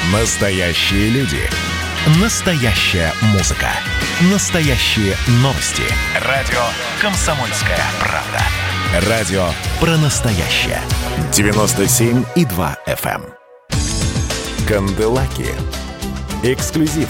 Настоящие люди. Настоящая музыка. Настоящие новости. Радио «Комсомольская правда». Радио про настоящее. 97,2 FM. Канделаки. Эксклюзив.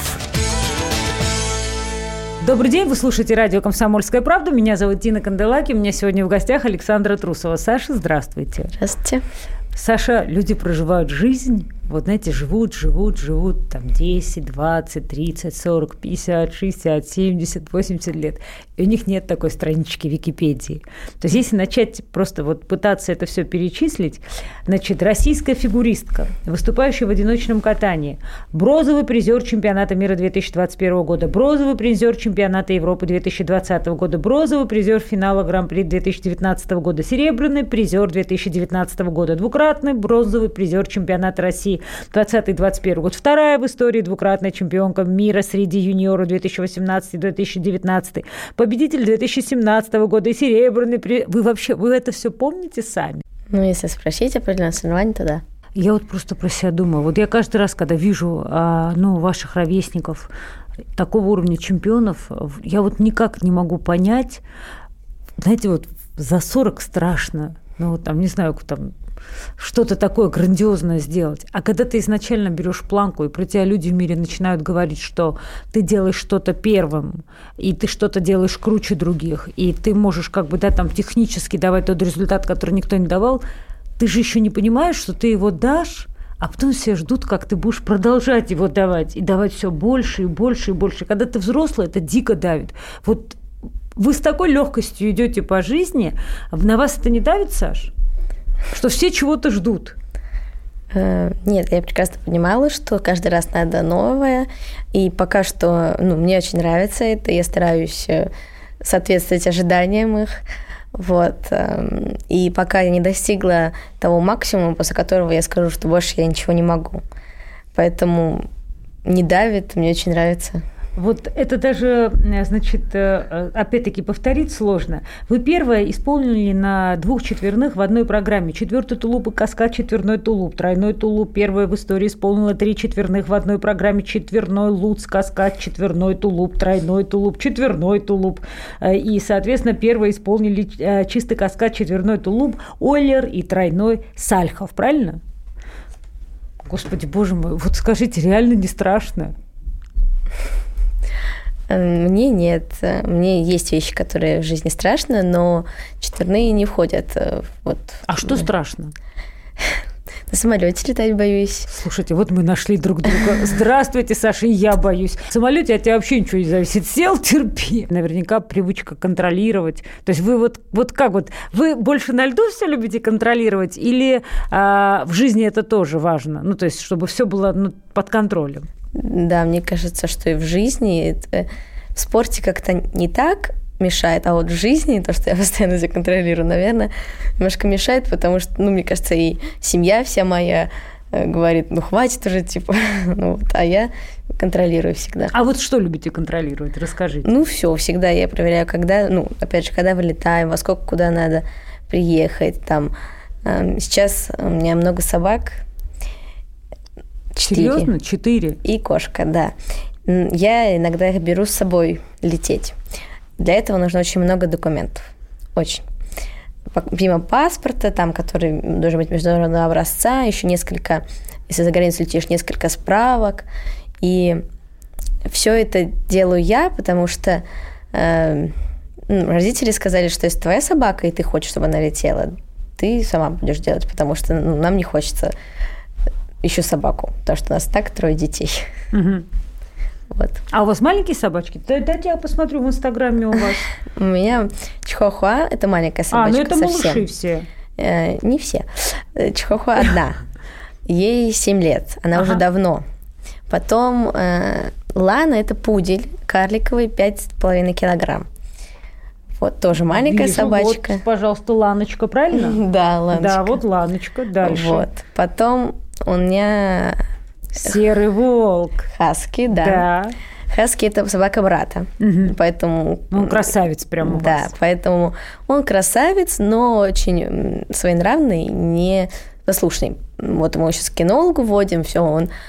Добрый день, вы слушаете радио «Комсомольская правда». Меня зовут Тина Канделаки. У меня сегодня в гостях Александра Трусова. Саша, здравствуйте. Здравствуйте. Саша, люди проживают жизнь, вот знаете, живут, там 10, 20, 30, 40, 50, 60, 70, 80 лет. И у них нет такой странички Википедии. То есть если начать просто вот пытаться это все перечислить, значит, российская фигуристка, выступающая в одиночном катании, бронзовый призер чемпионата мира 2021 года, бронзовый призер чемпионата Европы 2020 года, бронзовый призер финала Гран-при 2019 года, серебряный призер 2019 года, двукратный бронзовый призер чемпионата России 2020-2021 год, вторая в истории двукратная чемпионка мира среди юниоров 2018-2019, победитель 2017 года и серебряный призер. Вы это все помните сами? Ну, если спросить определенное соревнование, то да. Я вот просто про себя думаю. Вот я каждый раз, когда вижу ваших ровесников, такого уровня чемпионов, я вот никак не могу понять, знаете, вот за 40 страшно, ну, вот там, не знаю, там, что-то такое грандиозное сделать. А когда ты изначально берешь планку, и про тебя люди в мире начинают говорить, что ты делаешь что-то первым, и ты что-то делаешь круче других, и ты можешь как бы, да, там, технически давать тот результат, который никто не давал, ты же еще не понимаешь, что ты его дашь, а потом все ждут, как ты будешь продолжать его давать, и давать все больше и больше и больше. Когда ты взрослый, это дико давит. Вот вы с такой легкостью идете по жизни, на вас это не давит, Саш? Что все чего-то ждут? Нет, я прекрасно понимала, что каждый раз надо новое, и пока что, мне очень нравится это, я стараюсь соответствовать ожиданиям их, вот, и пока я не достигла того максимума, после которого я скажу, что больше я ничего не могу, поэтому не давит, мне очень нравится. Вот это даже, значит, опять-таки повторить сложно. Вы первое исполнили на 2 четверных в одной программе. 4-й тулуп и каскад, четверной тулуп, тройной тулуп. Первая в истории исполнила 3 четверных в одной программе. Четверной луц, каскад, четверной тулуп, тройной тулуп, четверной тулуп. И, соответственно, первые исполнили чистый каскад, четверной тулуп, Ойлер и тройной Сальхов. Правильно? Господи, боже мой, вот скажите, реально не страшно? Мне нет. Мне есть вещи, которые в жизни страшны, но четверные не входят. Вот. А что страшно? На самолете летать боюсь. Слушайте, вот мы нашли друг друга. Здравствуйте, Саша, и я боюсь. В самолете от тебя вообще ничего не зависит. Сел, терпи. Наверняка привычка контролировать. То есть вы вот как вот, вы больше на льду все любите контролировать или в жизни это тоже важно? Ну, то есть, чтобы все было под контролем. Да, мне кажется, что и в жизни, в спорте как-то не так мешает, а вот в жизни, то, что я постоянно все контролирую, наверное, немножко мешает, потому что, мне кажется, и семья вся моя говорит, хватит уже, типа, а я контролирую всегда. А вот что любите контролировать? Расскажите. Все, всегда я проверяю, когда, опять же, когда вылетаем, во сколько, куда надо приехать, там. Сейчас у меня много собак. 4. Серьезно? 4? И кошка, да. Я иногда их беру с собой лететь. Для этого нужно очень много документов. Очень. Помимо паспорта, там, который должен быть международного образца, еще несколько, если за границу летишь, несколько справок. И все это делаю я, потому что родители сказали, что если твоя собака, и ты хочешь, чтобы она летела, ты сама будешь делать, потому что нам не хочется еще собаку, потому что у нас так 3 детей. Угу. Вот. А у вас маленькие собачки? Дайте я посмотрю в Инстаграме у вас. У меня чихуахуа, это маленькая собачка. Это совсем. малыши все. Не все. Чихуахуа одна. Ей 7 лет. Она уже давно. Потом Лана – это пудель карликовый, 5,5 килограмм. Вот, тоже маленькая собачка. Вот, пожалуйста, Ланочка, правильно? Да, Ланочка. Да, вот Ланочка, дальше. Вот. Потом у меня... Серый волк. Хаски, да. Хаски – это собака брата. Угу. Поэтому... Он красавец прямо у вас. Да, поэтому он красавец, но очень своенравный, непослушный. Вот мы сейчас к кинологу водим, все, он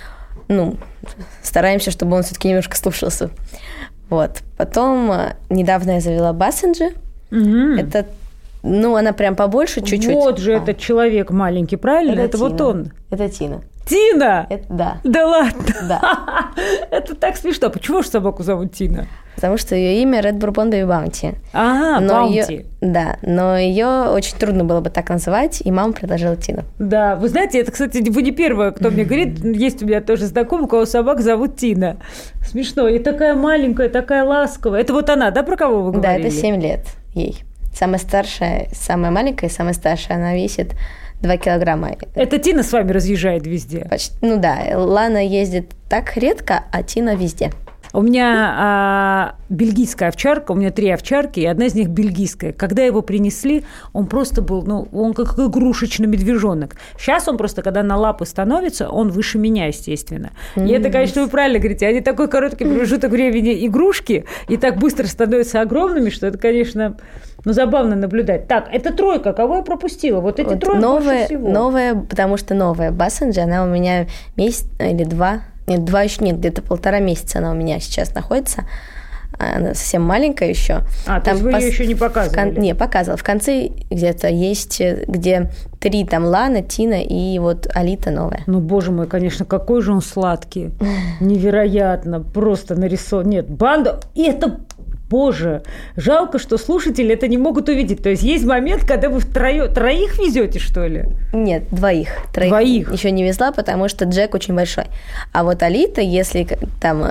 стараемся, чтобы он все-таки немножко слушался. Вот. Потом недавно я завела Бассенджи. Это, она прям побольше чуть-чуть. Вот же этот человек маленький, правильно? Это Тина. вот он. Это Тина. Тина? Да. Да ладно? Да. Это так смешно. Почему же собаку зовут Тина? Потому что ее имя Red Bourbon Baby Bounty. Баунти. Да, но ее очень трудно было бы так называть, и мама предложила Тину. Да, вы знаете, это, кстати, вы не первая, кто мне говорит, есть у меня тоже знакомый, у кого собака зовут Тина. Смешно. И такая маленькая, такая ласковая. Это вот она, да, про кого вы говорили? Да, это 7 лет ей. Самая старшая, самая маленькая и самая старшая, она весит 2 килограмма. Это Тина с вами разъезжает везде? Почти, Лана ездит так редко, а Тина везде. У меня бельгийская овчарка, у меня 3 овчарки, и одна из них бельгийская. Когда его принесли, он просто был, он как игрушечный медвежонок. Сейчас он просто, когда на лапы становится, он выше меня, естественно. И это, конечно, вы правильно говорите, они такой короткий промежуток времени игрушки, и так быстро становятся огромными, что это, конечно, забавно наблюдать. Так, это 3, кого я пропустила? Вот эти 3 больше всего. Новая, потому что новая Бассенджи, она у меня месяц или 2. Нет, 2 еще нет, где-то 1,5 месяца она у меня сейчас находится. Она совсем маленькая еще. То есть вы ее еще не показывали? Не, показывала. В конце где-то есть, где 3, там Лана, Тина и вот Алита новая. Боже мой, конечно, какой же он сладкий. Невероятно. Просто нарисован. Нет, банда. И это... Боже, жалко, что слушатели это не могут увидеть. То есть есть момент, когда вы троих везете, что ли? Нет, 2. 3 еще не везла, потому что Джек очень большой. А вот Алита, если там...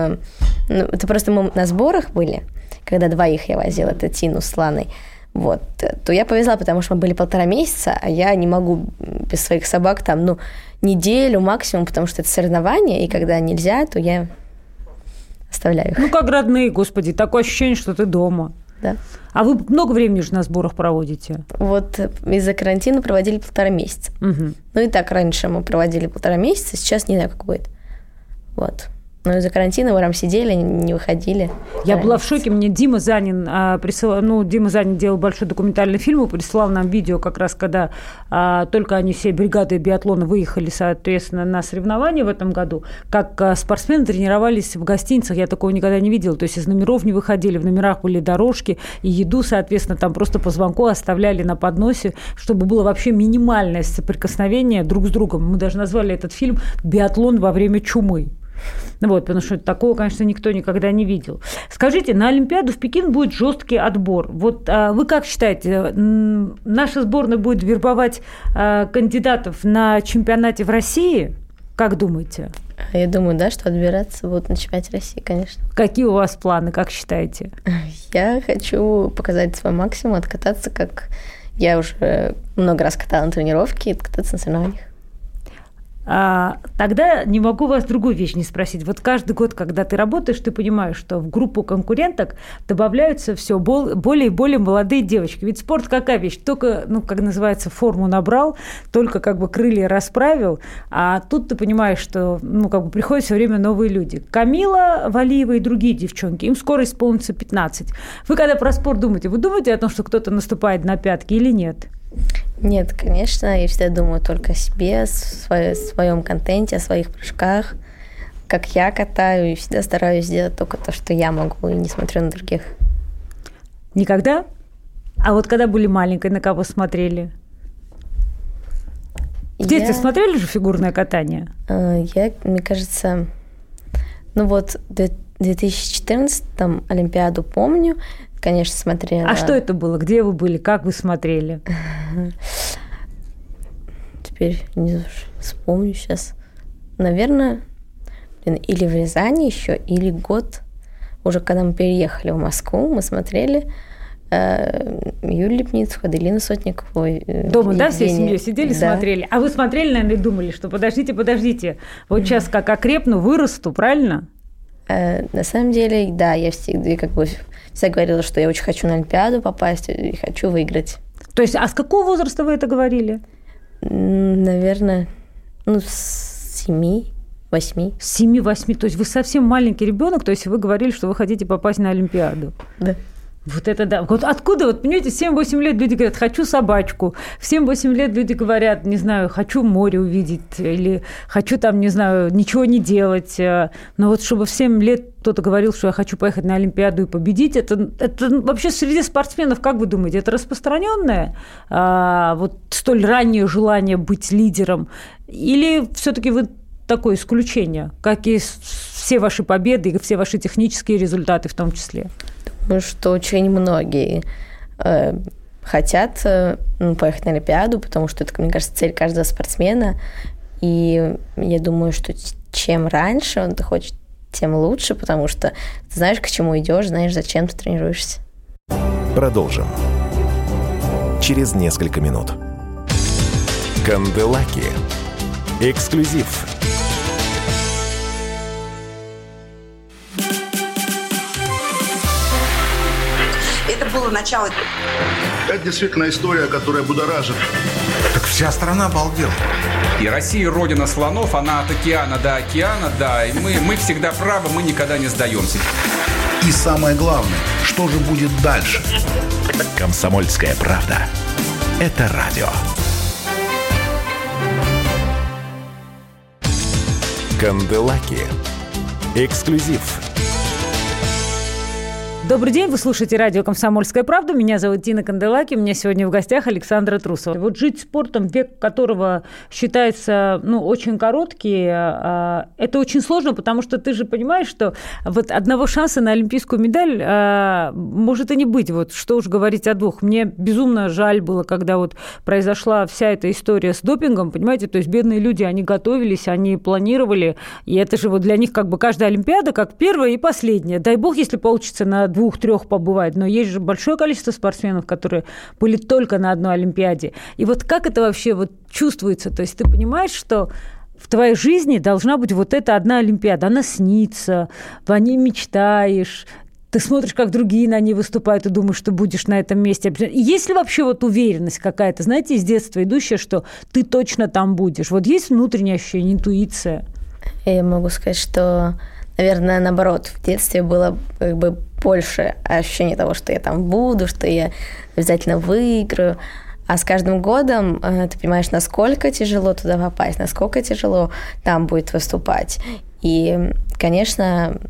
это просто мы на сборах были, когда 2 я возила, это Тину с Ланой, вот, то я повезла, потому что мы были 1,5 месяца, а я не могу без своих собак там, неделю максимум, потому что это соревнования, и когда нельзя, то я... оставляю их. Как родные, господи, такое ощущение, что ты дома. Да. А вы много времени уже на сборах проводите? Вот из-за карантина проводили 1,5 месяца. Угу. И так раньше мы проводили 1,5 месяца, сейчас не знаю, как будет. Вот. Но из-за карантина мы там сидели, не выходили. Я была в шоке. Мне Дима Занин присылал... Дима Занин делал большой документальный фильм и прислал нам видео как раз, когда только они всей бригадой биатлона выехали, соответственно, на соревнования в этом году, как спортсмены тренировались в гостиницах. Я такого никогда не видела. То есть из номеров не выходили, в номерах были дорожки, и еду, соответственно, там просто по звонку оставляли на подносе, чтобы было вообще минимальное соприкосновение друг с другом. Мы даже назвали этот фильм «Биатлон во время чумы». Потому что такого, конечно, никто никогда не видел. Скажите, на Олимпиаду в Пекин будет жесткий отбор. Вот вы как считаете, наша сборная будет вербовать кандидатов на чемпионате в России? Как думаете? Я думаю, да, что отбираться будут на чемпионате России, конечно. Какие у вас планы, как считаете? Я хочу показать свой максимум, откататься, как я уже много раз катала на тренировке, и откататься на соревнованиях. Тогда не могу вас другую вещь не спросить. Вот каждый год, когда ты работаешь, ты понимаешь, что в группу конкуренток добавляются все более и более молодые девочки. Ведь спорт какая вещь? Только, как называется, форму набрал, только крылья расправил, а тут ты понимаешь, что приходят все время новые люди. Камила Валиева и другие девчонки, им скоро исполнится 15. Вы когда про спорт думаете, вы думаете о том, что кто-то наступает на пятки или нет? Нет, конечно, я всегда думаю только о себе, о своем контенте, о своих прыжках, как я катаю, и всегда стараюсь сделать только то, что я могу, и не смотрю на других. Никогда? А вот когда были маленькой, на кого смотрели? В детстве смотрели же фигурное катание? Мне кажется, 2014-м Олимпиаду помню, конечно, смотрела. А что это было? Где вы были? Как вы смотрели? Теперь не вспомню сейчас. Наверное, или в Рязани еще, или год, уже когда мы переехали в Москву, мы смотрели Юлию Лепницу, Аделину Сотникову. Дома, да, всей семьей сидели, да. Смотрели? А вы смотрели, наверное, и думали, что подождите, вот сейчас как окрепну, вырасту, правильно? На самом деле, да, я всегда говорила, что я очень хочу на Олимпиаду попасть и хочу выиграть. То есть, а с какого возраста вы это говорили? Наверное, с 7-8. С 7-8, то есть вы совсем маленький ребенок, то есть вы говорили, что вы хотите попасть на Олимпиаду. Да. Вот это да. Вот откуда, вот понимаете, в 7-8 лет люди говорят, хочу собачку. В 7-8 лет люди говорят, не знаю, хочу море увидеть. Или хочу там, не знаю, ничего не делать. Но вот чтобы в 7 лет кто-то говорил, что я хочу поехать на Олимпиаду и победить, это вообще среди спортсменов, как вы думаете, это распространенное вот столь раннее желание быть лидером? Или все-таки вы такое исключение, как и все ваши победы и все ваши технические результаты в том числе? Что очень многие хотят поехать на Олимпиаду, потому что это, мне кажется, цель каждого спортсмена. И я думаю, что чем раньше он это хочет, тем лучше, потому что ты знаешь, к чему идешь, знаешь, зачем ты тренируешься. Продолжим. Через несколько минут. Канделаки. Эксклюзив. Было начало. Это действительно история, которая будоражит. Так вся страна обалдела. И Россия родина слонов, она от океана до океана, да. И мы всегда правы, мы никогда не сдаемся. И самое главное, что же будет дальше? «Комсомольская правда». Это радио. Канделаки. Эксклюзив. Добрый день, вы слушаете радио «Комсомольская правда». Меня зовут Тина Канделаки, у меня сегодня в гостях Александра Трусова. Вот жить спортом, век которого считается очень короткий, это очень сложно, потому что ты же понимаешь, что вот одного шанса на олимпийскую медаль может и не быть. Вот что уж говорить о двух. Мне безумно жаль было, когда вот произошла вся эта история с допингом, понимаете, то есть бедные люди, они готовились, они планировали, и это же вот для них как бы каждая Олимпиада как первая и последняя. Дай бог, если получится на 2-3 побывать, но есть же большое количество спортсменов, которые были только на одной Олимпиаде. И вот как это вообще вот чувствуется? То есть ты понимаешь, что в твоей жизни должна быть вот эта одна Олимпиада, она снится, о ней мечтаешь, ты смотришь, как другие на ней выступают, и думаешь, что будешь на этом месте. И есть ли вообще вот уверенность какая-то, знаете, из детства идущая, что ты точно там будешь? Вот есть внутреннее ощущение, интуиция? Я могу сказать, что, наверное, наоборот, в детстве было как бы больше ощущения того, что я там буду, что я обязательно выиграю. А с каждым годом ты понимаешь, насколько тяжело туда попасть, насколько тяжело там будет выступать. И, конечно,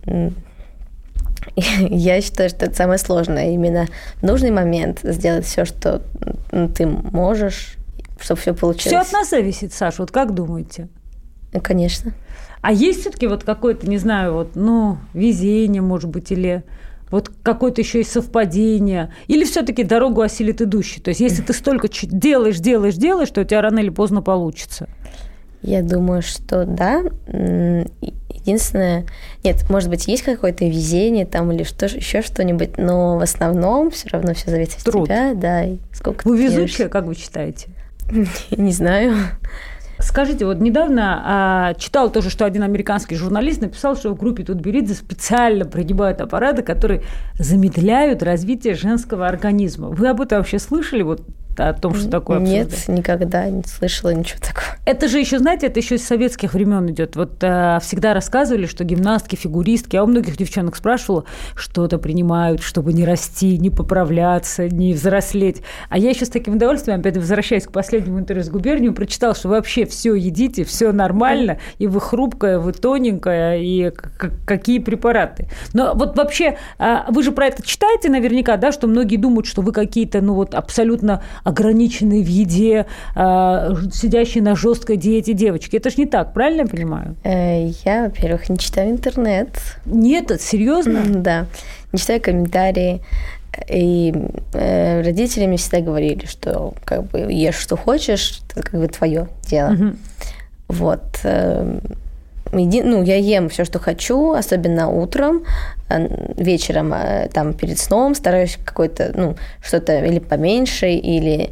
я считаю, что это самое сложное. Именно в нужный момент сделать все, что ты можешь, чтобы все получилось. Все от нас зависит, Саша, вот как думаете? Конечно. А есть все-таки вот какое-то, не знаю, везение, может быть, или вот какое-то еще и совпадение, или все-таки дорогу осилит идущий? То есть если ты столько делаешь, то у тебя рано или поздно получится. Я думаю, что да. Единственное, нет, может быть, есть какое-то везение там или еще что-нибудь, но в основном все равно все зависит от тебя, да. И сколько вы везучая, как вы считаете? Не знаю. Скажите, вот недавно читала тоже, что один американский журналист написал, что в группе Тутберидзе специально принимают аппараты, которые замедляют развитие женского организма. Вы об этом вообще слышали? Вот о том, что такое обсуждают? Нет, никогда не слышала ничего такого. Это же еще, знаете, это еще из советских времен идет. Вот всегда рассказывали, что гимнастки, фигуристки, а у многих девчонок спрашивала, что-то принимают, чтобы не расти, не поправляться, не взрослеть. А я еще с таким удовольствием, опять возвращаясь к последнему интервью с Губерниевым, прочитала, что вы вообще все едите, все нормально, и вы хрупкая, вы тоненькая, и какие препараты. Но вот вообще, вы же про это читаете наверняка, да, что многие думают, что вы какие-то, абсолютно ограниченные в еде, сидящие на жесткой диете девочки. Это же не так, правильно я понимаю? Я, во-первых, не читаю интернет. Нет, серьезно? Да, не читаю комментарии. И родители мне всегда говорили, что как бы ешь, что хочешь, это как бы твое дело. Угу. Вот. Я ем все, что хочу, особенно утром, вечером, там, перед сном стараюсь какое-то, что-то или поменьше, или,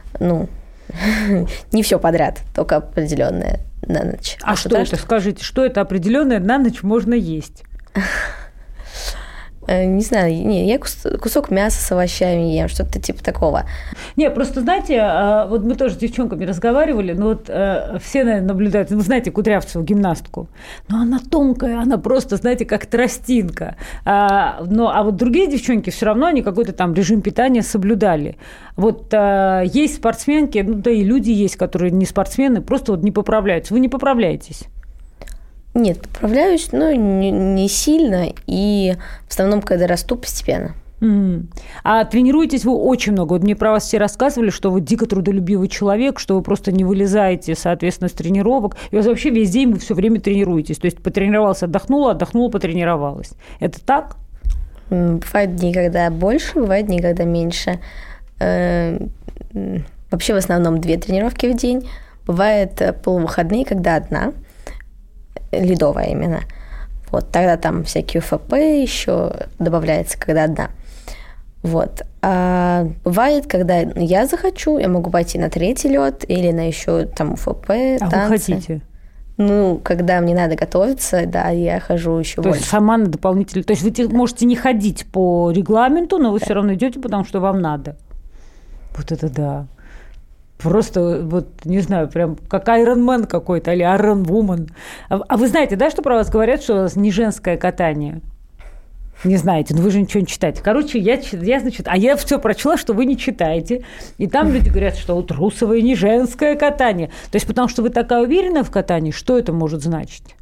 не все подряд, только определенное на ночь. А что это? Скажите, что это определенное на ночь можно есть? Не знаю, я кусок мяса с овощами ем, что-то типа такого. Не, просто, знаете, вот мы тоже с девчонками разговаривали, но вот все, наверное, наблюдают, вы знаете Кудрявцеву, гимнастку, но она тонкая, она просто, знаете, как тростинка. А вот другие девчонки все равно, они какой-то там режим питания соблюдали. Вот есть спортсменки, ну да и люди есть, которые не спортсмены, просто вот не поправляются. Вы не поправляетесь? Нет, поправляюсь, но не сильно, и в основном, когда расту, постепенно. А тренируетесь вы очень много. Вот мне про вас все рассказывали, что вы дико трудолюбивый человек, что вы просто не вылезаете, соответственно, с тренировок. И у вас вообще весь день вы все время тренируетесь. То есть потренировался, отдохнула, потренировалась. Это так? Бывают дни, когда больше, бывают дни, когда меньше. Вообще в основном 2 тренировки в день. Бывает полувыходные, когда 1. Ледовая именно. Вот, тогда там всякие УФП еще добавляется, когда 1. Вот. А бывает, когда я захочу, я могу пойти на 3-й лед или на еще там УФП, танцы. А вы хотите? Ну, когда мне надо готовиться, да, я хожу еще больше. То есть сама на дополнительный... То есть вы можете не ходить по регламенту, но вы все равно идете, потому что вам надо. Вот это да. Просто, вот, не знаю, прям как Ironman какой-то или Iron Woman. А вы знаете, да, что про вас говорят, что у вас не женское катание? Не знаете, но вы же ничего не читаете. Короче, я все прочла, что вы не читаете. И там люди говорят, что вот трусовое не женское катание. То есть потому что вы такая уверенная в катании, что это может значить?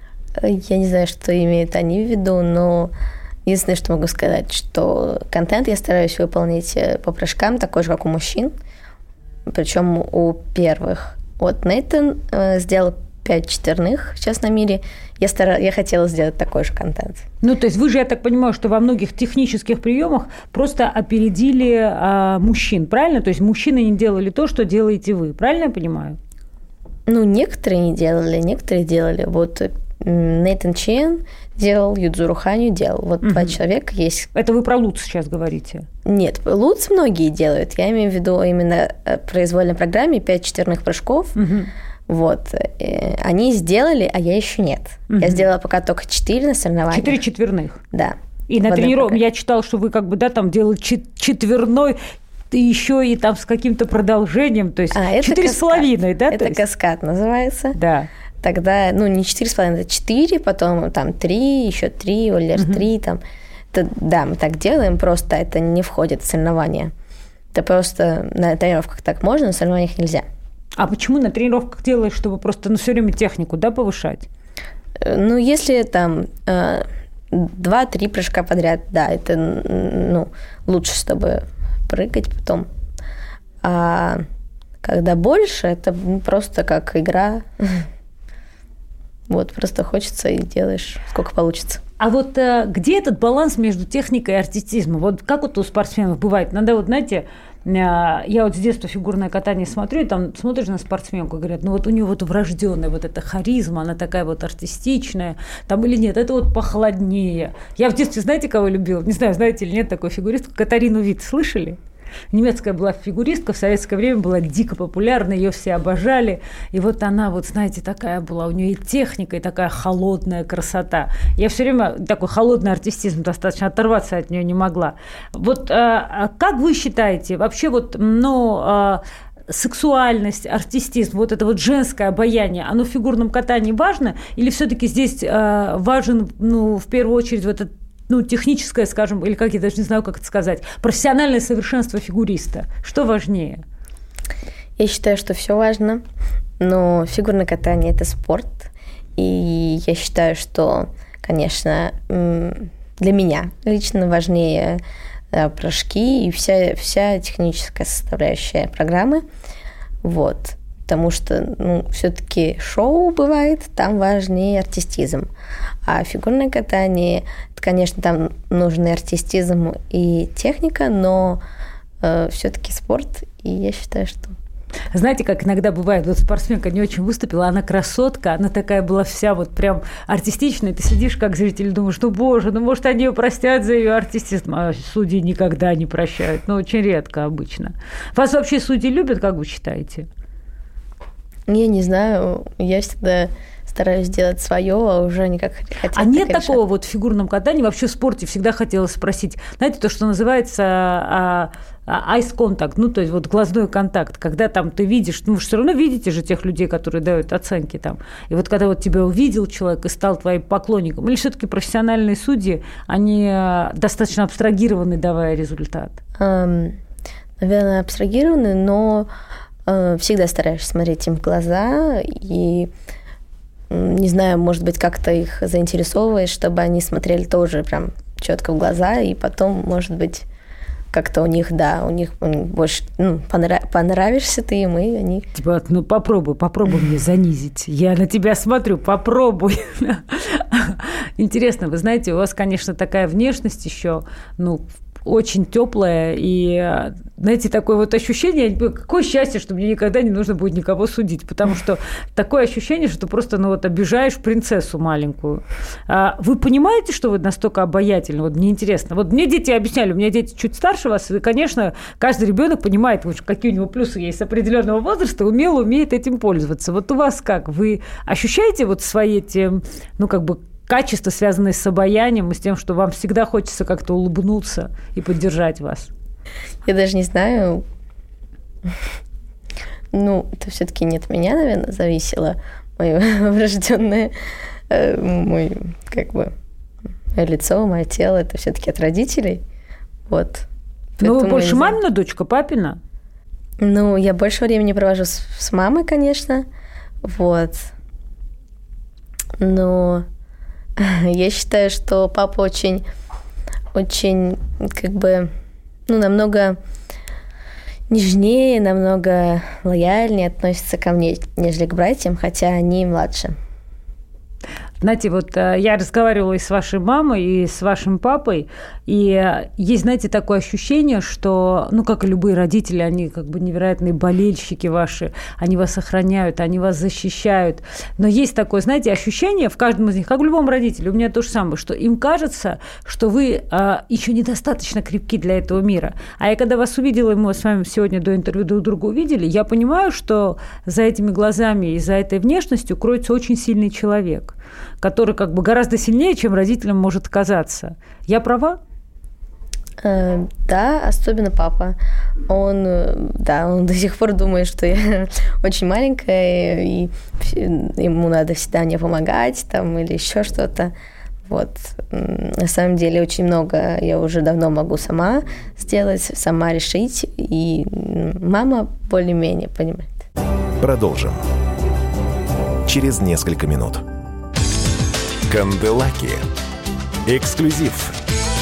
Я не знаю, что имеют они в виду, но единственное, что могу сказать, что контент я стараюсь выполнить по прыжкам такой же, как у мужчин. Причем у первых. Вот Нейтан сделал 5 четверных сейчас на мире. Я хотела сделать такой же контент. Ну, то есть вы же, я так понимаю, что во многих технических приемах просто опередили мужчин, правильно? То есть мужчины не делали то, что делаете вы, правильно я понимаю? Ну, некоторые не делали, некоторые делали. Вот Нейтан Чен делал, Юдзуру Ханю делал. Вот 2 человека есть. Это вы про Луц сейчас говорите? Нет, Луц многие делают. Я имею в виду именно в произвольной программе 5 четверных прыжков. Вот. Они сделали, а я еще нет. Я сделала пока только 4 на соревнованиях. 4 четверных? Да. И на тренировке я читала, что вы как бы, да, там делали четверной, и еще и там с каким-то продолжением, то есть 4,5, да? Это каскад называется. Да. Тогда, ну, не 4,5, это 4, потом там 3, еще 3, Оллер 3, там. Это, да, мы так делаем, просто это не входит в соревнования. Это просто на тренировках так можно, на соревнованиях нельзя. А почему на тренировках делаешь, чтобы просто все время технику, да, повышать? Ну, если там 2-3 прыжка подряд, да, это, ну, лучше, чтобы прыгать потом. А когда больше, это просто как игра. Вот, просто хочется и делаешь, сколько получится. А вот где этот баланс между техникой и артистизмом? Вот как вот у спортсменов бывает? Надо вот, знаете, я вот с детства фигурное катание смотрю, и там смотришь на спортсменку, и говорят, ну вот у нее вот врожденная вот эта харизма, она такая вот артистичная, там или нет, это вот похолоднее. Я в детстве, знаете, кого любила? Не знаю, знаете или нет, такой фигуристку, Катарину Вит, слышали? Немецкая была фигуристка, в советское время была дико популярна, ее все обожали. И вот она, вот знаете, такая была, у нее и техника, и такая холодная красота. Я все время такой холодный артистизм, достаточно оторваться от нее не могла. Вот как вы считаете, вообще вот, ну, сексуальность, артистизм, вот это вот женское обаяние, оно в фигурном катании важно? Или все-таки здесь важен, ну, в первую очередь вот этот, ну, техническое, скажем, или как, я даже не знаю, как это сказать, профессиональное совершенство фигуриста? Что важнее? Я считаю, что все важно, но фигурное катание – это спорт, и я считаю, что, конечно, для меня лично важнее прыжки и вся техническая составляющая программы, вот. Потому что, ну, все-таки шоу бывает, там важнее артистизм. А фигурное катание, это, конечно, там нужен и артистизм, и техника, но все-таки спорт, и я считаю, что... Знаете, как иногда бывает, вот спортсменка не очень выступила, она красотка, она такая была вся вот прям артистичная, ты сидишь как зритель и думаешь, ну, боже, ну, может, они ее простят за ее артистизм, а судьи никогда не прощают, но очень редко обычно. Вас вообще судьи любят, как вы считаете? Я не знаю, я всегда стараюсь делать свое, а уже не как хотят. А нет такого вот в фигурном катании, вообще в спорте всегда хотелось спросить, знаете, то, что называется eye contact, ну, то есть вот глазной контакт, когда там ты видишь, ну, вы все равно видите же тех людей, которые дают оценки там, и вот когда вот тебя увидел человек и стал твоим поклонником, или все-таки профессиональные судьи, они достаточно абстрагированы, давая результат? Наверное, абстрагированы, но всегда стараешься смотреть им в глаза и, не знаю, может быть, как-то их заинтересовываешь, чтобы они смотрели тоже прям четко в глаза, и потом, может быть, как-то у них больше, понравишься ты им, и они... Типа, ну, попробуй мне занизить. Я на тебя смотрю, попробуй. Интересно, вы знаете, у вас, конечно, такая внешность еще, ну, очень теплая, и, знаете, такое вот ощущение, какое счастье, что мне никогда не нужно будет никого судить, потому что такое ощущение, что ты просто, ну, вот обижаешь принцессу маленькую. Вы понимаете, что вы настолько обаятельны? Вот мне интересно. Вот мне дети объясняли, у меня дети чуть старше вас, и, конечно, каждый ребенок понимает, какие у него плюсы есть с определенного возраста, умеет этим пользоваться. Вот у вас как? Вы ощущаете вот свои эти, ну, как бы, качества, связанные с обаянием и с тем, что вам всегда хочется как-то улыбнуться и поддержать вас? Я даже не знаю. Ну, это все-таки не от меня, наверное, зависело. Мое врожденное, мое лицо, мое тело, это все-таки от родителей. Вот. Ну, вы больше мамина дочка, папина? Ну, я больше времени провожу с мамой, конечно. Вот. Но... Я считаю, что папа очень, как бы, ну, намного нежнее, намного лояльнее относится ко мне, нежели к братьям, хотя они младше. Знаете, вот я разговаривала и с вашей мамой, и с вашим папой, и есть, знаете, такое ощущение, что, ну, как и любые родители, они как бы невероятные болельщики ваши, они вас охраняют, они вас защищают. Но есть такое, знаете, ощущение в каждом из них, как в любом родителе, у меня то же самое, что им кажется, что вы еще недостаточно крепки для этого мира. А я когда вас увидела, и мы с вами сегодня до интервью друг друга увидели, я понимаю, что за этими глазами и за этой внешностью кроется очень сильный человек, который как бы гораздо сильнее, чем родителям может казаться. Я права? Да, особенно папа. Он до сих пор думает, что я очень маленькая, и ему надо всегда мне помогать там, или еще что-то. Вот. На самом деле очень много я уже давно могу сама сделать, сама решить, и мама более-менее понимает. Продолжим. Через несколько минут. Канделаки. Эксклюзив.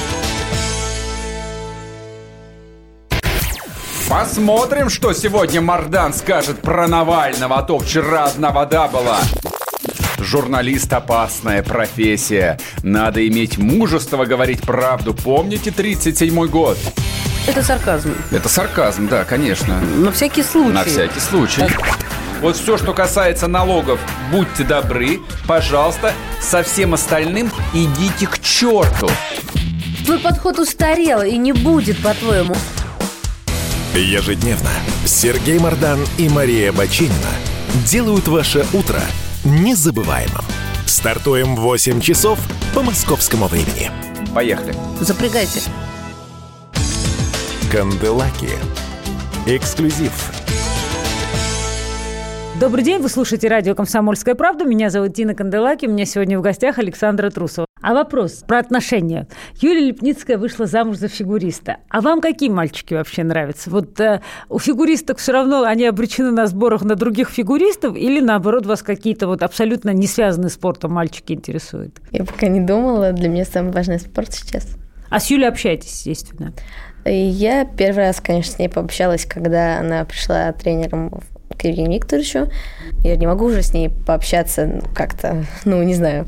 Посмотрим, что сегодня Мардан скажет про Навального, а то вчера одна вода была. Журналист – опасная профессия. Надо иметь мужество говорить правду. Помните 37-й год? Это сарказм. Это сарказм, да, конечно. На всякий случай. На всякий случай. Вот все, что касается налогов, будьте добры, пожалуйста, со всем остальным идите к черту. Твой подход устарел и не будет, по-твоему. Ежедневно Сергей Мардан и Мария Баченина делают ваше утро незабываемым. Стартуем в 8 часов по московскому времени. Поехали. Запрягайте. Канделаки. Эксклюзив. Добрый день, вы слушаете радио «Комсомольская правда». Меня зовут Тина Канделаки, у меня сегодня в гостях Александра Трусова. А вопрос про отношения. Юлия Лепницкая вышла замуж за фигуриста. А вам какие мальчики вообще нравятся? Вот у фигуристок все равно они обречены на сборах на других фигуристов, или наоборот вас какие-то вот абсолютно не связанные с спортом мальчики интересуют? Я пока не думала, для меня самый важный спорт сейчас. А с Юлей общаетесь, естественно? Я первый раз, конечно, с ней пообщалась, когда она пришла тренером к Евгению Викторовичу. Я не могу уже с ней пообщаться как-то, не знаю.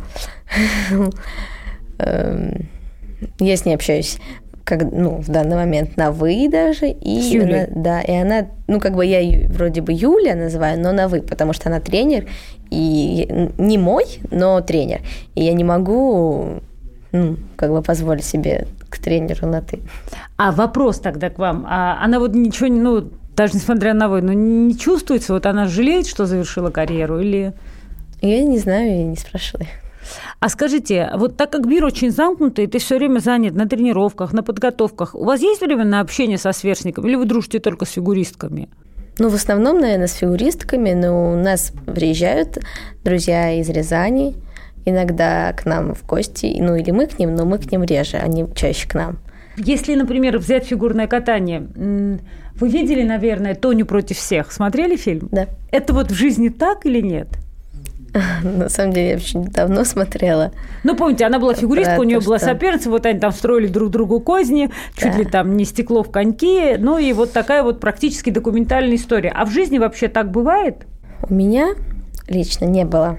Я с ней общаюсь в данный момент на «вы» даже. И с Юлей? И она, я ее вроде бы Юля называю, но на «вы», потому что она тренер, и не мой, но тренер. И я не могу, позволить себе к тренеру на «ты». А вопрос тогда к вам. Она вот ничего не... даже несмотря на войну, не чувствуется, вот она жалеет, что завершила карьеру, или... Я не знаю, я не спрашивала. А скажите, вот так как мир очень замкнутый, ты все время занят на тренировках, на подготовках, у вас есть время на общение со сверстниками или вы дружите только с фигуристками? Ну, в основном, наверное, с фигуристками, но у нас приезжают друзья из Рязани, иногда к нам в гости, ну, или мы к ним, но мы к ним реже, они чаще к нам. Если, например, взять фигурное катание, вы видели, наверное, «Тоню против всех»? Смотрели фильм? Да. Это вот в жизни так или нет? На самом деле, я очень давно смотрела. Ну, помните, она была фигуристка, у нее была соперница, вот они там строили друг другу козни, чуть ли там не стекло в коньки, ну и вот такая вот практически документальная история. А в жизни вообще так бывает? У меня лично не было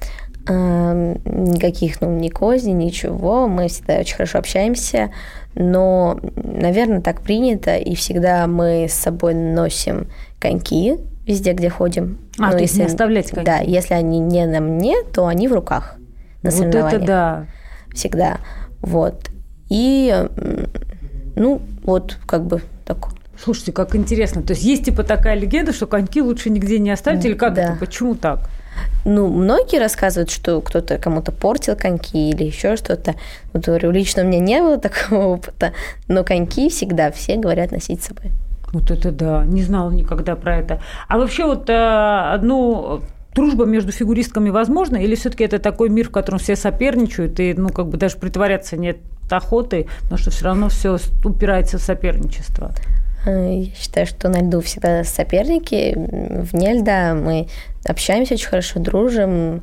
никаких, ни козней, ничего. Мы всегда очень хорошо общаемся, но, наверное, так принято, и всегда мы с собой носим коньки везде, где ходим. То есть не оставлять коньки? Да, если они не на мне, то они в руках на соревнованиях. Вот это да. Всегда. Вот. И, вот как бы так. Слушайте, как интересно. То есть есть типа такая легенда, что коньки лучше нигде не оставить, или как это? Почему так? Многие рассказывают, что кто-то кому-то портил коньки или еще что-то. Вот говорю, лично у меня не было такого опыта, но коньки всегда все говорят носить с собой. Вот это да, не знала никогда про это. А вообще вот, дружба между фигуристками возможна? Или все-таки это такой мир, в котором все соперничают, и, даже притворяться нет охоты, потому что все равно все упирается в соперничество? Я считаю, что на льду всегда соперники. Вне льда мы общаемся очень хорошо, дружим,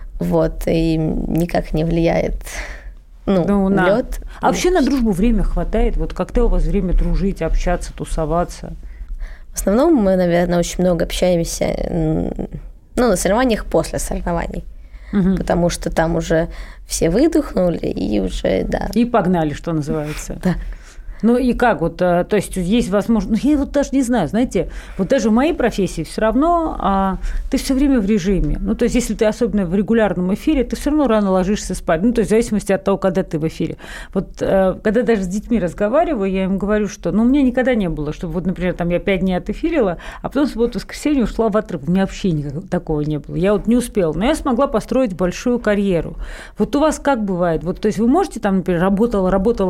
и никак не влияет лед. А вообще на дружбу время хватает? Вот когда у вас время дружить, общаться, тусоваться? В основном мы, наверное, очень много общаемся на соревнованиях после соревнований. Угу. Потому что там уже все выдохнули и уже, да. И погнали, что называется. Да. Ну и как вот, то есть есть возможность, я вот даже не знаю, знаете, вот даже в моей профессии все равно ты все время в режиме. Ну то есть если ты особенно в регулярном эфире, ты все равно рано ложишься спать. Ну то есть в зависимости от того, когда ты в эфире. Вот когда даже с детьми разговариваю, я им говорю, что, у меня никогда не было, чтобы вот, например, там я 5 дней отэфирила, а потом в субботу-воскресенье ушла в отрыв. У меня вообще такого не было. Я вот не успела, но я смогла построить большую карьеру. Вот у вас как бывает? Вот, то есть вы можете там, например, работала,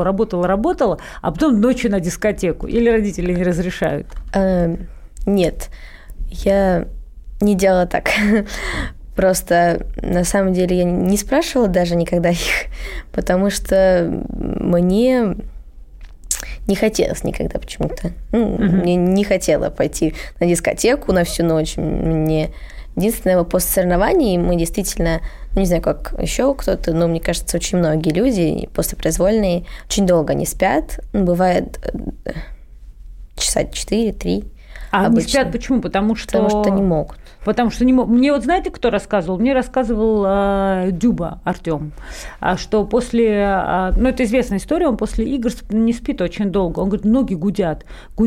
а потом ночью на дискотеку? Или родители не разрешают? Нет, я не делала так. Просто, на самом деле, я не спрашивала даже никогда их, потому что мне не хотелось никогда почему-то. Мне не хотела пойти на дискотеку на всю ночь. Мне единственное, после соревнований мы действительно, не знаю, как еще кто-то, но мне кажется, очень многие люди после произвольной очень долго не спят. Бывает часа 4-3. А обычно. Не спят почему? Потому что не могут. Потому что не могут. Мне вот знаете, кто рассказывал? Мне рассказывал Дюба Артём, что после, это известная история, он после игр не спит очень долго. Он говорит, ноги гудят,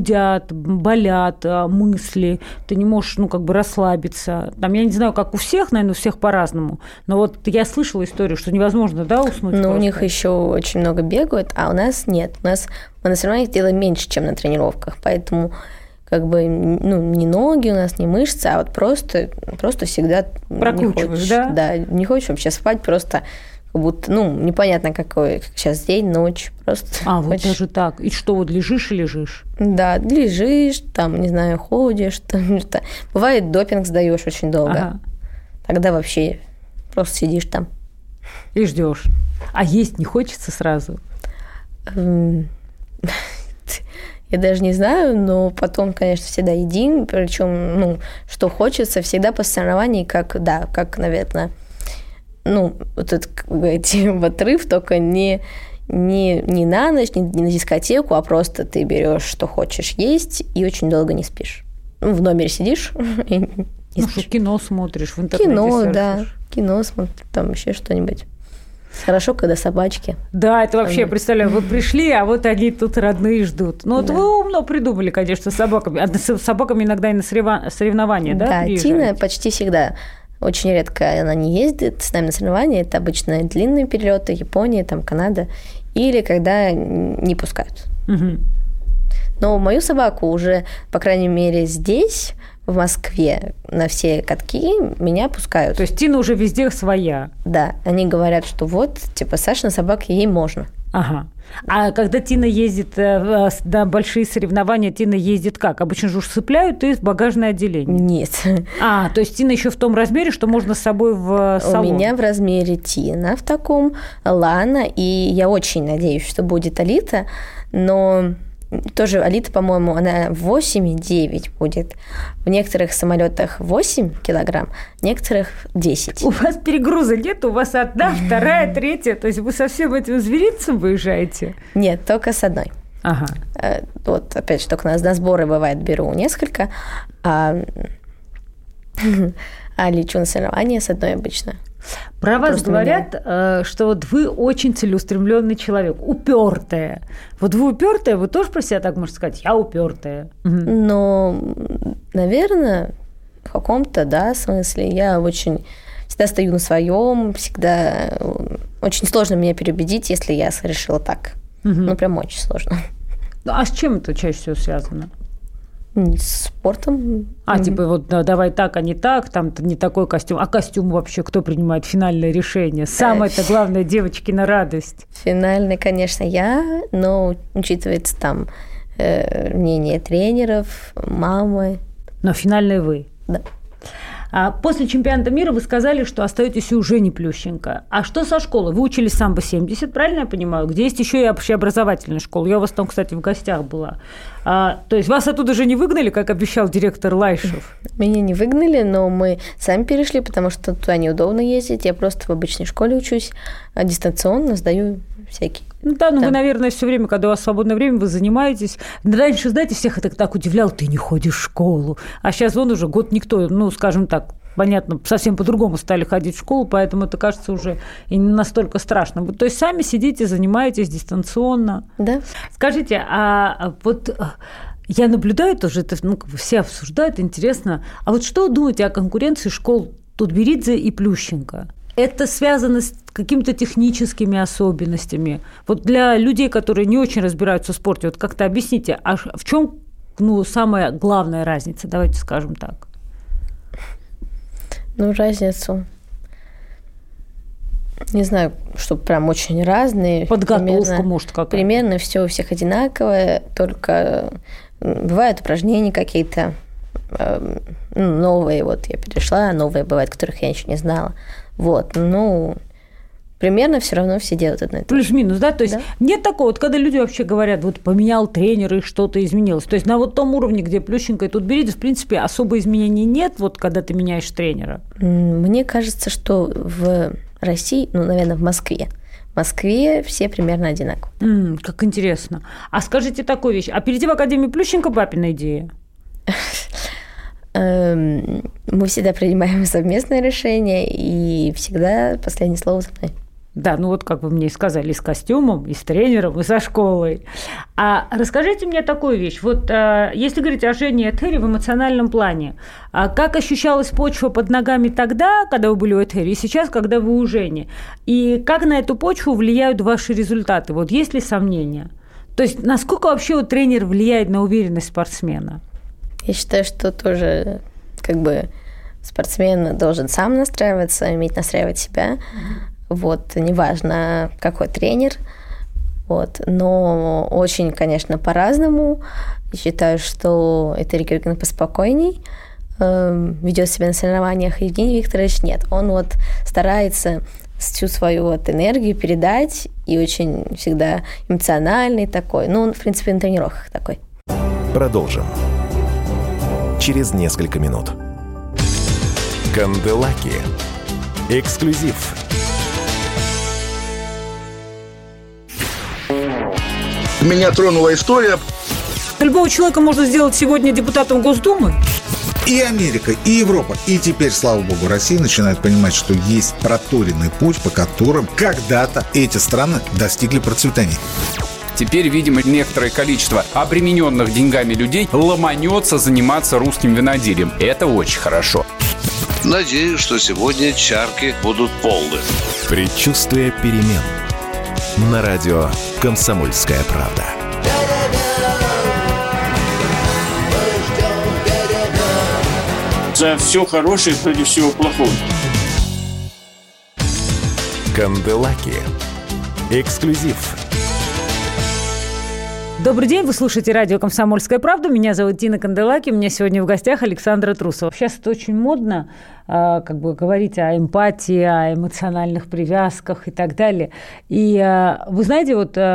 болят мысли, ты не можешь, расслабиться. Там, я не знаю, как у всех, наверное, у всех по-разному, но вот я слышала историю, что невозможно, уснуть. Но у них еще очень много бегают, а у нас нет. Мы на соревнованиях делаем меньше, чем на тренировках, поэтому не ноги у нас, не мышцы, а вот просто всегда прокручиваешь, да? Да, не хочешь вообще спать, просто как будто, непонятно какой сейчас день, ночь, просто. Вот даже так. И что, вот лежишь и лежишь? Да, лежишь, там, не знаю, ходишь, там что-то. Бывает, допинг сдаешь очень долго. Ага. Тогда вообще просто сидишь там. И ждешь. А есть не хочется сразу? Я даже не знаю, но потом, конечно, всегда едим, причем, что хочется, всегда после соревнований, как, наверное, вот этот, как вы говорите, в отрыв, только не на ночь, не на дискотеку, а просто ты берешь, что хочешь есть, и очень долго не спишь. В номере сидишь и не спишь. Кино смотришь, в интернете серфишь. Да, кино смотришь, там еще что-нибудь. Хорошо, когда собачки. Да, это вообще, представляю, вы пришли, а вот они тут родные ждут. Вот вы умно придумали, конечно, с собаками. А с собаками иногда и на соревнования, да? Да, Тина почти всегда. Очень редко она не ездит с нами на соревнования. Это обычно длинные перелеты, Япония, там, Канада. Или когда не пускают. Угу. Но мою собаку уже, по крайней мере, здесь, в Москве на все катки меня пускают. То есть Тина уже везде своя? Да, они говорят, что вот, типа, Сашина собака, ей можно. Ага. А когда Тина ездит на большие соревнования, Тина ездит как? Обычно же уж цепляют и в багажное отделение. Нет. То есть Тина еще в том размере, что можно с собой в салон? У меня в размере Тина в таком, Лана, и я очень надеюсь, что будет Алита, но тоже Алита, по-моему, она 8,9 будет. В некоторых самолетах 8 килограмм, в некоторых 10. У вас перегруза нет? У вас одна, вторая, третья? То есть вы со всем этим зверинцем выезжаете? Нет, только с одной. Ага. Вот, опять же, только на сборы, бывает, беру несколько, а лечу на соревнования с одной обычно. Про вас Просто говорят, что вот вы очень целеустремленный человек, упертая. Вот вы упертая, вы тоже про себя так можете сказать? Я упертая. Но, наверное, в каком-то, да, смысле. Я очень всегда стою на своем, всегда очень сложно меня переубедить, если я решила так. Ну, прям очень сложно. А с чем это чаще всего связано? С спортом. Типа вот давай так, а не так, там не такой костюм. А костюм вообще кто принимает финальное решение? Самое-то главное, девочкина радость. Финальный, конечно, я, но учитывается там мнение тренеров, мамы. Но финальный вы. Да. После чемпионата мира вы сказали, что остаетесь уже не Плющенко. А что со школой? Вы учились самбо-70, правильно я понимаю? Где есть еще и общеобразовательная школа. Я у вас там, кстати, в гостях была. То есть вас оттуда же не выгнали, как обещал директор Лайшев? Меня не выгнали, но мы сами перешли, потому что туда неудобно ездить. Я просто в обычной школе учусь, дистанционно сдаю всякие. Вы, наверное, все время, когда у вас свободное время, вы занимаетесь. Раньше, знаете, всех это так удивляло, ты не ходишь в школу. А сейчас вон уже год никто, скажем так, понятно, совсем по-другому стали ходить в школу, поэтому это кажется уже и не настолько страшно. То есть сами сидите, занимаетесь дистанционно. Да. Скажите, вот я наблюдаю тоже, это все обсуждают, интересно. А вот что вы думаете о конкуренции школ Тутберидзе и Плющенко? Это связано с какими-то техническими особенностями. Вот для людей, которые не очень разбираются в спорте, вот как-то объясните, а в чем самая главная разница, давайте скажем так? Разницу... Не знаю, что прям очень разные. Подготовка, может, какая-то. Примерно все у всех одинаковое, только бывают упражнения какие-то новые. Вот я перешла, новые бывают, которых я еще не знала. Вот, примерно все равно все делают одно и то же. Плюс-минус, да? То есть нет такого, вот когда люди вообще говорят, вот поменял тренера и что-то изменилось. То есть на вот том уровне, где Плющенко и Тутберидзе, в принципе, особо изменений нет, вот когда ты меняешь тренера? Мне кажется, что в России, наверное, в Москве все примерно одинаковые. Как интересно. А скажите такую вещь, а перейти в Академию Плющенко папина идея? Мы всегда принимаем совместное решение, и всегда последнее слово за мной. Да, как вы мне и сказали, и с костюмом, и с тренером, и со школой. А расскажите мне такую вещь. Вот если говорить о Жене и Этери в эмоциональном плане, как ощущалась почва под ногами тогда, когда вы были у Этери, и сейчас, когда вы у Жени? И как на эту почву влияют ваши результаты? Вот есть ли сомнения? То есть насколько вообще тренер влияет на уверенность спортсмена? Я считаю, что тоже спортсмен должен сам настраиваться, уметь настраивать себя. Вот, неважно, какой тренер. Вот, но очень, конечно, по-разному. Я считаю, что Этери Георгиевна поспокойней ведет себя на соревнованиях. Евгений Викторович нет. Он старается всю свою энергию передать и очень всегда эмоциональный такой. Он, в принципе, на тренировках такой. Продолжим. Через несколько минут. Канделаки. Эксклюзив. Меня тронула история. Любого человека можно сделать сегодня депутатом Госдумы? И Америка, и Европа, и теперь, слава богу, Россия начинает понимать, что есть проторенный путь, по которым когда-то эти страны достигли процветания. Теперь, видимо, некоторое количество обремененных деньгами людей ломанется заниматься русским виноделием. Это очень хорошо. Надеюсь, что сегодня чарки будут полны. Предчувствие перемен. На радио «Комсомольская правда». за все хорошее против всего плохого. Канделаки. Эксклюзив. Добрый день, вы слушаете радио «Комсомольская правда». Меня зовут Тина Канделаки, у меня сегодня в гостях Александра Трусова. Сейчас это очень модно, говорить о эмпатии, о эмоциональных привязках и так далее. И вы знаете,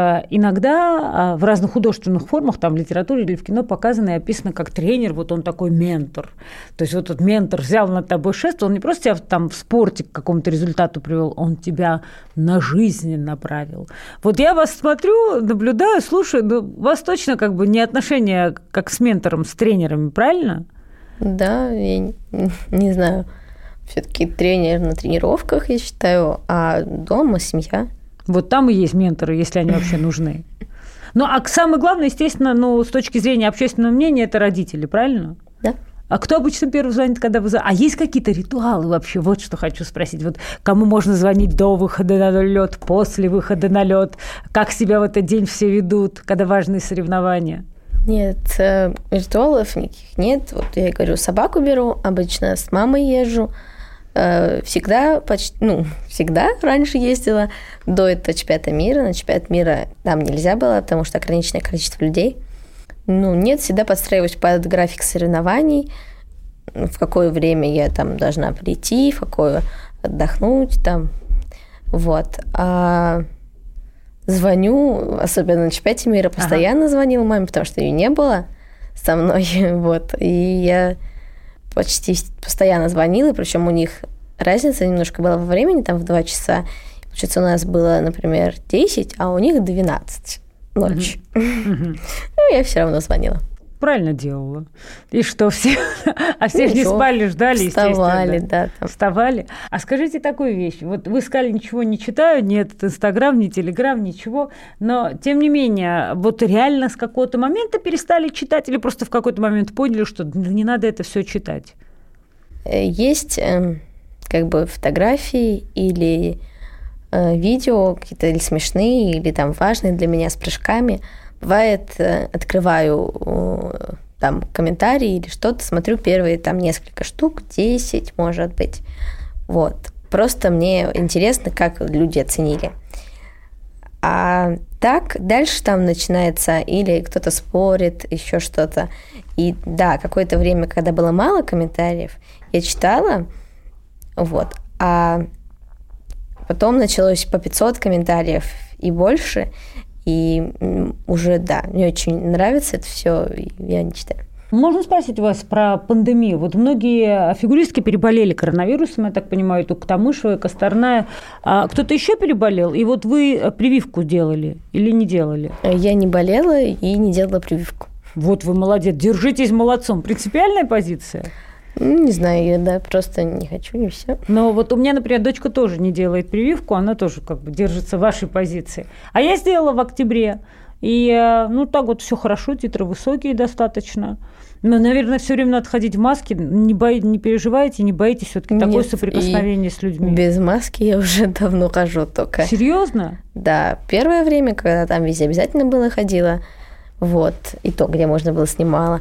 иногда в разных художественных формах, там в литературе или в кино показано и описано как тренер, вот он такой ментор. То есть вот этот ментор взял над тобой шест, он не просто тебя там в спорте к какому-то результату привел, он тебя на жизнь направил. Вот я вас смотрю, наблюдаю, слушаю, у вас точно не отношения как с ментором, с тренерами, правильно? Да, я не знаю. Все-таки тренер на тренировках, я считаю, а дома семья. Вот там и есть менторы, если они вообще нужны. Ну, а самое главное, естественно, с точки зрения общественного мнения, это родители, правильно? Да. А кто обычно первый звонит, когда вы... А есть какие-то ритуалы вообще? Вот что хочу спросить. Вот кому можно звонить до выхода на лед, после выхода на лед? Как себя в этот день все ведут, когда важные соревнования? Нет, ритуалов никаких нет. Вот я говорю, собаку беру, обычно с мамой езжу. Всегда раньше ездила до чемпионата мира. На чемпионат мира там нельзя было, потому что ограниченное количество людей. Нет, всегда подстраиваюсь под график соревнований, в какое время я там должна прийти, в какое отдохнуть там. Вот. А звоню, особенно на чемпионате мира, постоянно звонила маме, потому что ее не было со мной. Вот. И я почти постоянно звонила, причем у них разница немножко была во времени, там в 2 часа. Получается, у нас было, например, 10, а у них 12 ночи. Я все равно звонила. Правильно делала. И что, все? А все же не спали, ждали, вставали, естественно. Да. Вставали. А скажите такую вещь. Вот вы сказали, ничего не читаю, нет Инстаграм, ни Телеграм, ничего. Но, тем не менее, вот реально с какого-то момента перестали читать или просто в какой-то момент поняли, что не надо это все читать? Есть фотографии или видео какие-то или смешные, или там важные для меня с прыжками. Бывает, открываю там комментарии или что-то, смотрю первые там несколько штук, 10, может быть. Вот. Просто мне интересно, как люди оценили. А так дальше там начинается или кто-то спорит, еще что-то. И да, какое-то время, когда было мало комментариев, я читала, вот, а потом началось по 500 комментариев и больше, и уже, да, мне очень нравится это все, я не читаю. Можно спросить вас про пандемию? Вот многие фигуристки переболели коронавирусом, я так понимаю, и Туктамышева, и Косторная. А кто-то еще переболел? И вот вы прививку делали или не делали? Я не болела и не делала прививку. Вот вы молодец, держитесь молодцом. Принципиальная позиция? Не знаю, я, да, просто не хочу, и все. Но вот у меня, например, дочка тоже не делает прививку, она тоже держится в вашей позиции. А я сделала в октябре, и, так вот все хорошо, титры высокие достаточно. Но, наверное, все время надо ходить в маске. Не переживайте, не боитесь все-таки такое соприкосновение с людьми? Без маски я уже давно хожу только. Серьезно? Да, первое время, когда там везде обязательно было, ходила, вот, и то, где можно было, снимала.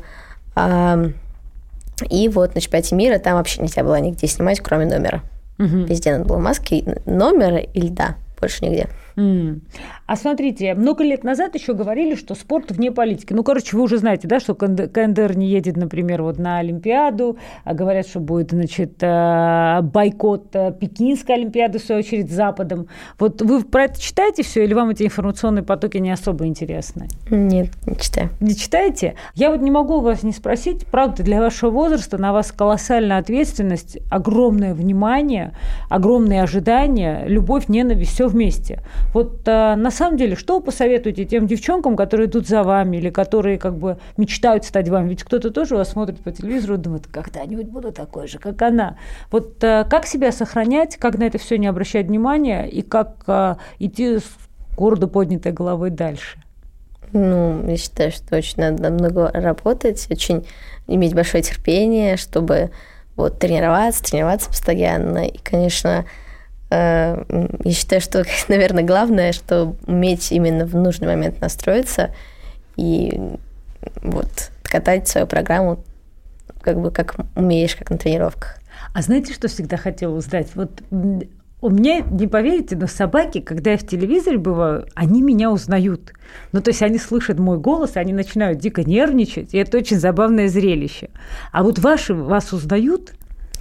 И вот на чемпионате мира там вообще нельзя было нигде снимать, кроме номера. Везде надо было маски, номера и льда, больше нигде. А смотрите, много лет назад еще говорили, что спорт вне политики. Вы уже знаете, да, что КНДР не едет, например, вот на Олимпиаду, а говорят, что будет, бойкот Пекинской Олимпиады, в свою очередь, с Западом. Вот вы про это читаете все, или вам эти информационные потоки не особо интересны? Нет, не читаю. Не читаете? Я не могу вас не спросить, правда, для вашего возраста на вас колоссальная ответственность, огромное внимание, огромные ожидания, любовь, ненависть, все вместе. Вот на самом деле, что вы посоветуете тем девчонкам, которые идут за вами или которые мечтают стать вами? Ведь кто-то тоже вас смотрит по телевизору и думает, когда-нибудь буду такой же, как она. Вот как себя сохранять, как на это все не обращать внимания и как идти с гордо поднятой головой дальше? Я считаю, что очень надо много работать, очень иметь большое терпение, чтобы тренироваться постоянно. И, конечно, я считаю, что, наверное, главное, что уметь именно в нужный момент настроиться и катать свою программу как умеешь, как на тренировках. А знаете, что всегда хотела узнать? Вот у меня, не поверите, но собаки, когда я в телевизоре бываю, они меня узнают. Ну, то есть они слышат мой голос, и они начинают дико нервничать, и это очень забавное зрелище. А вот ваши вас узнают?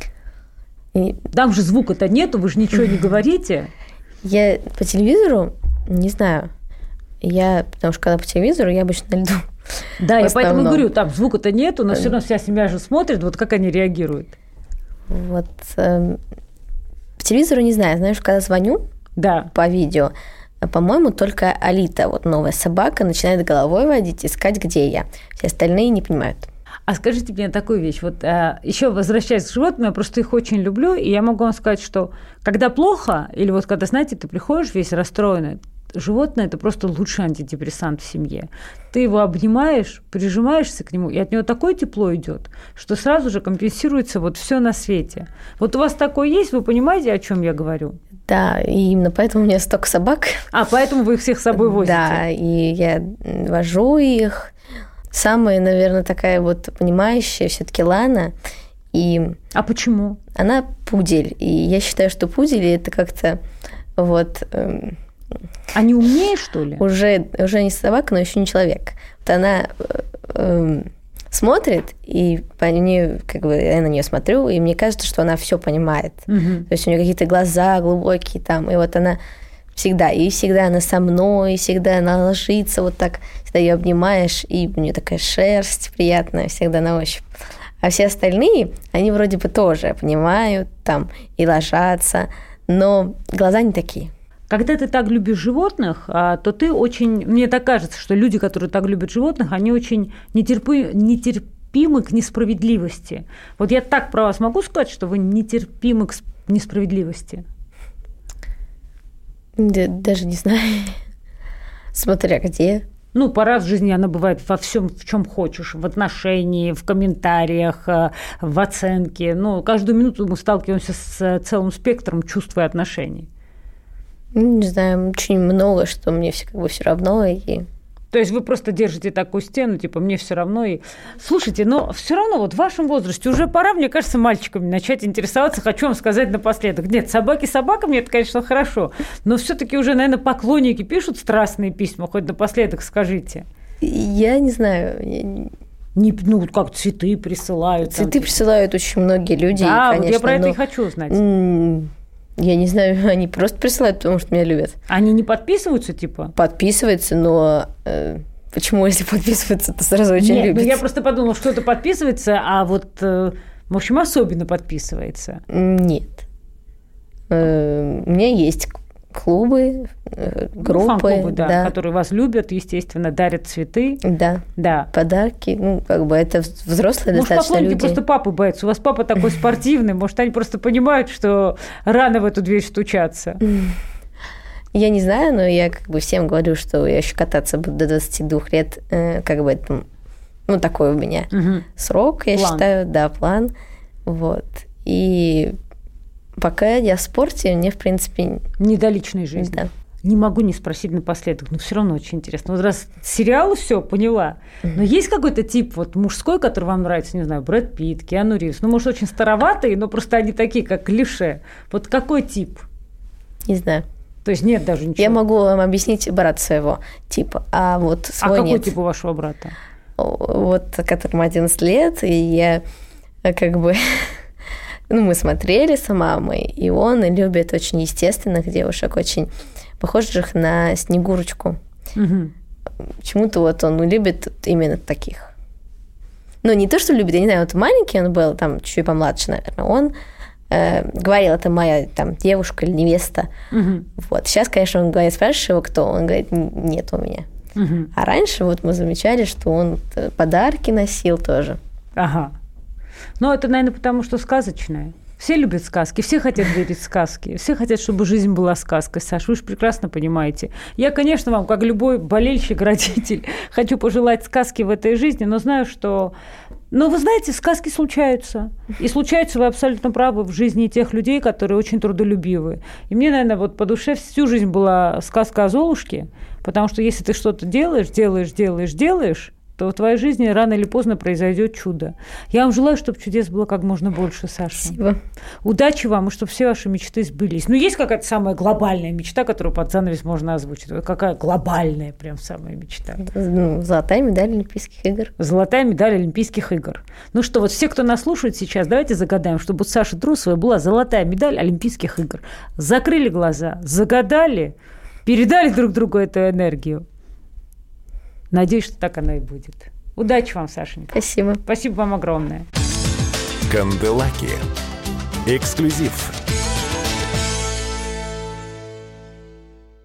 Там же звука-то нету, вы же ничего не говорите. Я по телевизору не знаю. Потому что когда по телевизору, я обычно на льду. Да, я поэтому говорю, там звука-то нету, но все равно вся семья же смотрит, вот как они реагируют. Вот по телевизору не знаю. Знаешь, когда звоню по видео, по-моему, только Алита, вот новая собака, начинает головой водить, искать, где я. Все остальные не понимают. А скажите мне такую вещь. Вот еще возвращаясь к животным, я просто их очень люблю, и я могу вам сказать, что когда плохо, или вот когда, знаете, ты приходишь весь расстроенный, животное – это просто лучший антидепрессант в семье. Ты его обнимаешь, прижимаешься к нему, и от него такое тепло идет, что сразу же компенсируется вот все на свете. Вот у вас такое есть, вы понимаете, о чем я говорю? Да, и именно поэтому у меня столько собак. Поэтому вы их всех с собой возите? Да, и я вожу их. Самая, наверное, такая вот понимающая все-таки Лана. А почему? Она пудель. И я считаю, что пудели – это как-то вот… Они умнее, что ли? Уже не собака, но еще не человек. Вот она смотрит, и по ней, я на нее смотрю, и мне кажется, что она все понимает. То есть у нее какие-то глаза глубокие там, и вот она всегда она со мной, всегда она ложится вот так, всегда ее обнимаешь, и у нее такая шерсть приятная всегда на ощупь. А все остальные, они вроде бы тоже понимают там и ложатся, но глаза не такие. Когда ты так любишь животных, то ты очень… Мне так кажется, что люди, которые так любят животных, они очень нетерпимы к несправедливости. Вот я так про вас могу сказать, что вы нетерпимы к несправедливости? Даже не знаю. Смотря где. Ну, по раз в жизни она бывает во всем, в чем хочешь. В отношении, в комментариях, в оценке. Ну, каждую минуту мы сталкиваемся с целым спектром чувств и отношений. Не знаю, очень много, что мне все равно. То есть вы просто держите такую стену, типа, мне все равно. Слушайте, но все равно вот в вашем возрасте уже пора, мне кажется, мальчиками начать интересоваться. Хочу вам сказать напоследок. Нет, собаки собаками, это, конечно, хорошо, но все-таки уже, наверное, поклонники пишут страстные письма. Хоть напоследок скажите. Я не знаю. Как цветы присылают. Цветы присылают очень многие люди. Да, конечно, вот я про это и хочу узнать. Я не знаю, они просто присылают, потому что меня любят. Они не подписываются, типа? Подписываются, но почему, если подписываются, то сразу очень любят? Ну я просто подумала, что это подписывается, а вот, в общем, особенно подписывается. Нет. У меня есть клубы, группы. Фан-клубы, да, которые вас любят, естественно, дарят цветы. Да. Подарки. Это взрослые достаточно люди. Может, просто папы боятся. У вас папа такой спортивный. Может, они просто понимают, что рано в эту дверь стучаться. Я не знаю, но я всем говорю, что я еще кататься буду до 22 лет. Такой у меня срок, я считаю. Да, план. Вот. И пока я в спорте, мне, в принципе… Не до личной жизни. Да. Не могу не спросить напоследок, но все равно очень интересно. Вот раз сериалы все поняла, но есть какой-то тип вот мужской, который вам нравится, не знаю, Брэд Питт, Киану Ривз, может, очень староватые, но просто они такие, как клише. Вот какой тип? Не знаю. То есть нет даже ничего? Я могу вам объяснить брата своего типа, а вот свой какой нет. тип у вашего брата? Вот, которому 11 лет, и я мы смотрели с мамой, и он любит очень естественных девушек, очень похожих на Снегурочку. Почему-то вот он любит именно таких. Ну, не то, что любит, я не знаю, вот маленький он был, там, чуть помладше, наверное, он говорил, это моя там девушка или невеста. Вот. Сейчас, конечно, он говорит, спрашиваешь его, кто? Он говорит, нет у меня. А раньше вот мы замечали, что он подарки носил тоже. Ага. Ну, это, наверное, потому что сказочное. Все любят сказки, все хотят верить в сказки, все хотят, чтобы жизнь была сказкой. Саш, вы же прекрасно понимаете. Я, конечно, вам, как любой болельщик, родитель, хочу пожелать сказки в этой жизни, но знаю, что… Но вы знаете, сказки случаются. И случаются, вы абсолютно правы, в жизни тех людей, которые очень трудолюбивы. И мне, наверное, вот по душе всю жизнь была сказка о Золушке, потому что если ты что-то делаешь, что в твоей жизни рано или поздно произойдет чудо. Я вам желаю, чтобы чудес было как можно больше, Саша. Спасибо. Удачи вам, и чтобы все ваши мечты сбылись. Ну, есть какая-то самая глобальная мечта, которую под занавес можно озвучить? Какая глобальная прям самая мечта? Золотая медаль Олимпийских игр. Золотая медаль Олимпийских игр. Ну что, вот все, кто нас слушает сейчас, давайте загадаем, чтобы у Саши Трусовой была золотая медаль Олимпийских игр. Закрыли глаза, загадали, передали друг другу эту энергию. Надеюсь, что так оно и будет. Удачи вам, Сашенька. Спасибо. Спасибо вам огромное. Канделаки. Эксклюзив